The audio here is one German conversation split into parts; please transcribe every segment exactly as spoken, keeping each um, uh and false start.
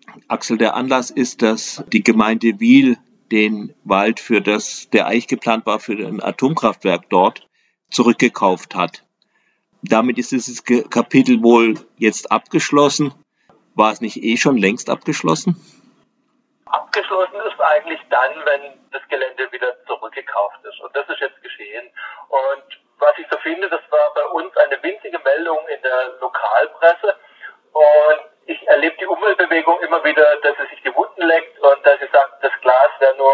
Axel, der Anlass ist, dass die Gemeinde Wil den Wald, für das der eigentlich geplant war, für ein Atomkraftwerk dort, zurückgekauft hat. Damit ist dieses Kapitel wohl jetzt abgeschlossen. War es nicht eh schon längst abgeschlossen? Abgeschlossen ist eigentlich dann, wenn das Gelände wieder zurückgekauft ist. Und das ist jetzt geschehen. Und was ich so finde, das war bei uns eine winzige Meldung in der Lokalpresse. Und ich erlebe die Umweltbewegung immer wieder, dass sie sich die Wunden leckt und dass sie sagt, das Glas wäre nur,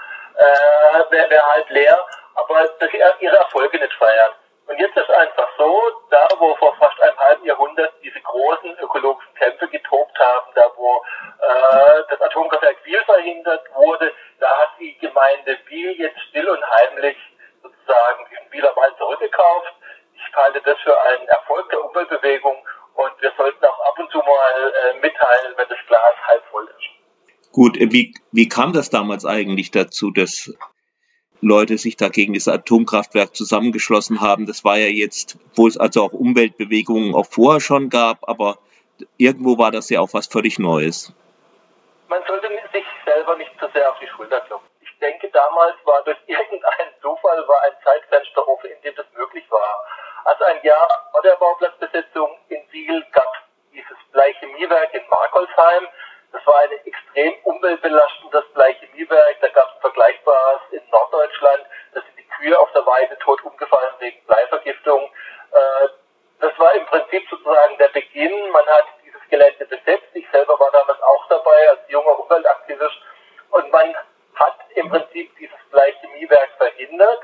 äh, wäre wär halt leer, aber dass sie ihre Erfolge nicht feiern. Und jetzt ist einfach so, da wo vor fast einem halben Jahrhundert diese großen ökologischen Kämpfe getobt haben, da wo äh, das Atomkraftwerk Wil verhindert wurde, da hat die Gemeinde Wil jetzt still und heimlich sozusagen diesen Wiler Wald zurückgekauft. Ich halte das für einen Erfolg der Umweltbewegung und wir sollten auch ab und zu mal äh, mitteilen, wenn das Glas halb voll ist. Gut, wie, wie kam das damals eigentlich dazu, dass Leute sich da gegen das Atomkraftwerk zusammengeschlossen haben? Das war ja jetzt, wo es also auch Umweltbewegungen auch vorher schon gab, aber irgendwo war das ja auch was völlig Neues. Man sollte sich selber nicht zu sehr auf die Schulter klopfen. Ich denke, damals war durch irgendeinen Zufall war ein Zeitfenster offen, in dem das möglich war. Also ein Jahr vor der Bauplatzbesetzung in Wil gab es dieses Bleichemiewerk in Markolsheim. Das war ein extrem umweltbelastendes Bleichemiewerk. Da gab es ein vergleichbares in Norddeutschland. Da sind die Kühe auf der Weide tot umgefallen wegen Bleivergiftung. Das war im Prinzip sozusagen der Beginn. Man hat dieses Gelände besetzt. Ich selber war damals auch dabei als junger Umweltaktivist. Und man hat im Prinzip dieses Bleichemiewerk verhindert.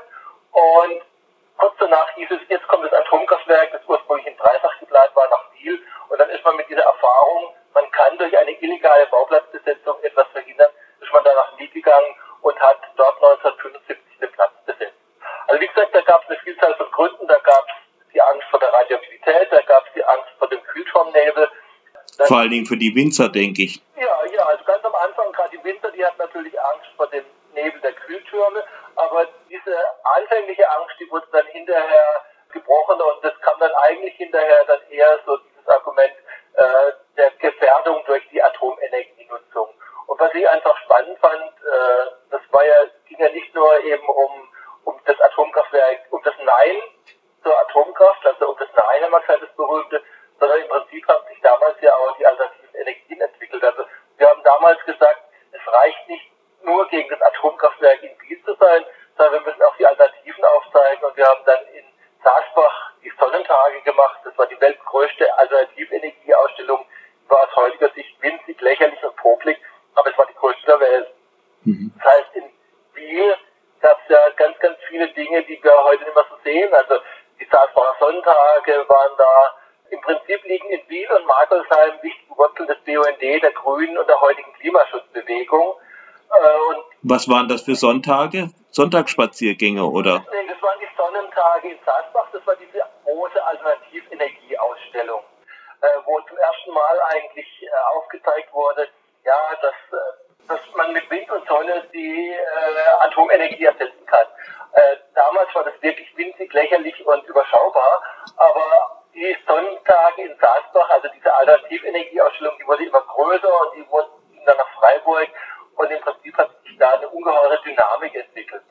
Und kurz danach hieß es, jetzt kommt das Atomkraftwerk, das ursprünglich in Dreisach geplant war, nach Wil. Und dann ist man mit dieser Erfahrung, man kann durch eine illegale Bauplatzbesetzung etwas verhindern, ist man da nach Wil gegangen und hat dort neunzehnhundertfünfundsiebzig den Platz besetzt. Also wie gesagt, da gab es eine Vielzahl von Gründen. Da gab es die Angst vor der Radioaktivität, da gab es die Angst vor dem Kühlschirmnebel. Das vor allen Dingen für die Winzer, denke ich. Ja, ja, also ganz am Anfang, gerade die Winzer, die hatten natürlich Angst vor dem Nebel der Kühltürme, aber diese anfängliche Angst, die wurde dann hinterher gebrochen und das kam dann eigentlich hinterher dann eher so dieses Argument äh, der Gefährdung durch die Atomenergienutzung. Und was ich einfach spannend fand, äh, das war ja, ging ja nicht nur eben um, um das Atomkraftwerk, um das Nein zur Atomkraft, also um das Nein, haben wir gesagt, das berühmte, sondern im Prinzip haben sich damals ja auch die alternativen Energien entwickelt. Also wir haben damals gesagt, es reicht nicht nur gegen das Atomkraftwerk in Wil zu sein, sondern wir müssen auch die Alternativen aufzeigen. Und wir haben dann in Saasbach die Sonnentage gemacht. Das war die weltgrößte Alternativenergieausstellung. War aus heutiger Sicht winzig, lächerlich und popelig, aber es war die größte der Welt. Mhm. Das heißt, in Wil gab es ja ganz, ganz viele Dinge, die wir heute nicht mehr so sehen. Also die Saasbacher Sonnentage waren da. Im Prinzip liegen in Wil und Markolsheim wichtige Wurzeln des B U N D, der Grünen und der heutigen Klimaschutzbewegung. Äh, und Was waren das für Sonntage? Sonntagsspaziergänge, oder? Nee, das waren die Sonnentage in Saasbach. Das war diese große Alternativenergieausstellung, äh, wo zum ersten Mal eigentlich äh, aufgezeigt wurde, ja, dass, äh, dass man mit Wind und Sonne die äh, Atomenergie ersetzen kann. Äh, damals war das wirklich winzig, lächerlich und überschaubar, aber die Sonnentage in Saasbach, also diese Alternativenergieausstellung, die wurde immer größer und die wurde dann nach Freiburg und im Prinzip hat sich da eine ungeheure Dynamik entwickelt.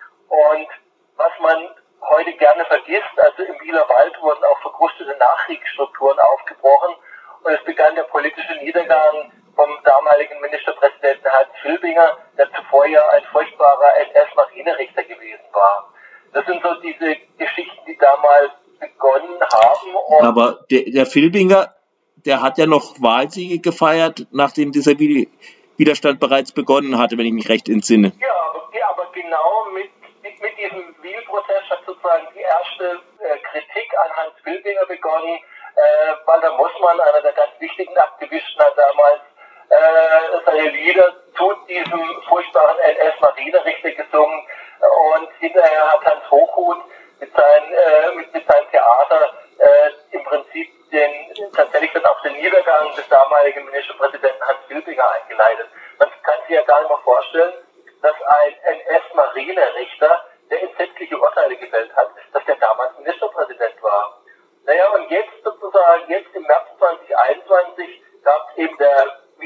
Und was man heute gerne vergisst, also im Wiler Wald wurden auch verkrustete Nachkriegsstrukturen aufgebrochen und es begann der politische Niedergang vom damaligen Ministerpräsidenten Hans Filbinger, der zuvor ja ein furchtbarer N S-Marinerichter gewesen war. Das sind so diese Geschichten, die damals begonnen haben. Und Aber der, der Filbinger, der hat ja noch Wahlsiege gefeiert, nachdem dieser Widerstand bereits begonnen hatte, wenn ich mich recht entsinne. Ja, aber, ja, aber genau mit, mit, mit diesem Wil-Prozess hat sozusagen die erste äh, Kritik an Hans Filbinger begonnen. Äh, Walter Mossmann, einer der ganz wichtigen Aktivisten, hat damals äh, seine Lieder zu diesem furchtbaren N S-Marinerichter gesungen. Und hinterher hat Hans Hochhuth mit, sein, äh, mit, mit seinem Theater äh, im Prinzip den, tatsächlich dann auch den Niedergang des damaligen Ministerpräsidenten Hans Filbinger eingeleitet. Man kann sich ja gar nicht mehr vorstellen, dass ein N S-Marinerichter, der entsetzliche Urteile gefällt hat, dass der damals Ministerpräsident war. Naja, und jetzt sozusagen, jetzt im März zwanzig einundzwanzig gab es eben der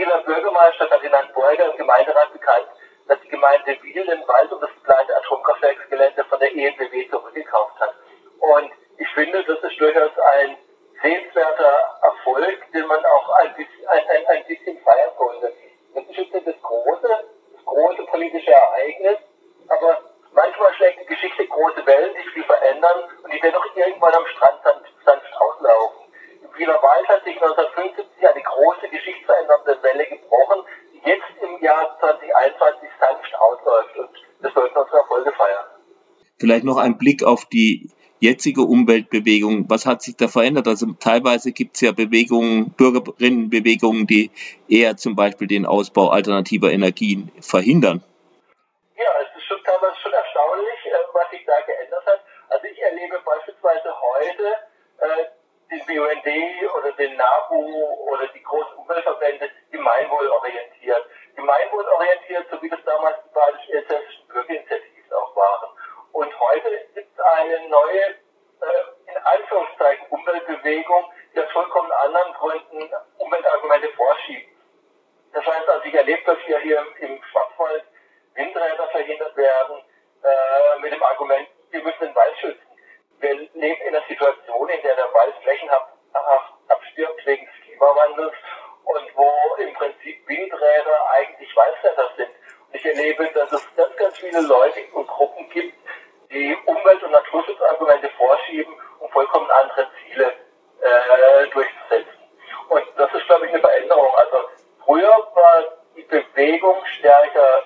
Wieler Bürgermeister Ferdinand Beuger im Gemeinderat bekannt, dass die Gemeinde Wiel den Wald um das geplante Atomkraftwerksgelände von der E N B W zurückgekauft hat. Und ich finde, das ist durchaus ein sehenswerter Erfolg, den man auch ein bisschen, ein, ein, ein bisschen feiern sollte. Das ist jetzt nicht das große, das große politische Ereignis, aber manchmal schlägt die Geschichte große Wellen, die viel verändern und die werden auch irgendwann am Strand sanft, sanft auslaufen. Im Wieler Wald hat sich neunzehnhundertfünfundsiebzig eine große geschichtsverändernde Welle gebrochen, die jetzt im Jahr zwanzig einundzwanzig sanft ausläuft und das sollten unsere Erfolge feiern. Vielleicht noch ein Blick auf die jetzige Umweltbewegung. Was hat sich da verändert? Also teilweise gibt es ja Bewegungen, Bürgerinnenbewegungen, die eher zum Beispiel den Ausbau alternativer Energien verhindern. Ja, es ist schon teilweise schon erstaunlich, was sich da geändert hat. Also ich erlebe beispielsweise heute äh, den B U N D oder den NABU oder die großen Umweltverbände gemeinwohlorientiert. Gemeinwohlorientiert, so wie das damals die badisch-elsässischen Bürgerinitiativen auch waren. Und heute gibt es eine neue, äh, in Anführungszeichen, Umweltbewegung, die aus vollkommen anderen Gründen Umweltargumente vorschiebt. Das heißt also, ich erlebe das hier, hier im, im Schwarzwald, Windräder verhindert werden, äh, mit dem Argument, wir müssen den Wald schützen. Wir leben in einer Situation, in der der Wald flächenhaft abstirbt wegen des Klimawandels und wo im Prinzip Windräder eigentlich Waldretter sind. Und ich erlebe, dass es ganz, ganz viele Leute und Gruppen gibt, die Umwelt- und Naturschutzargumente vorschieben, um vollkommen andere Ziele äh, durchzusetzen. Und das ist, glaube ich, eine Veränderung. Also früher war die Bewegung stärker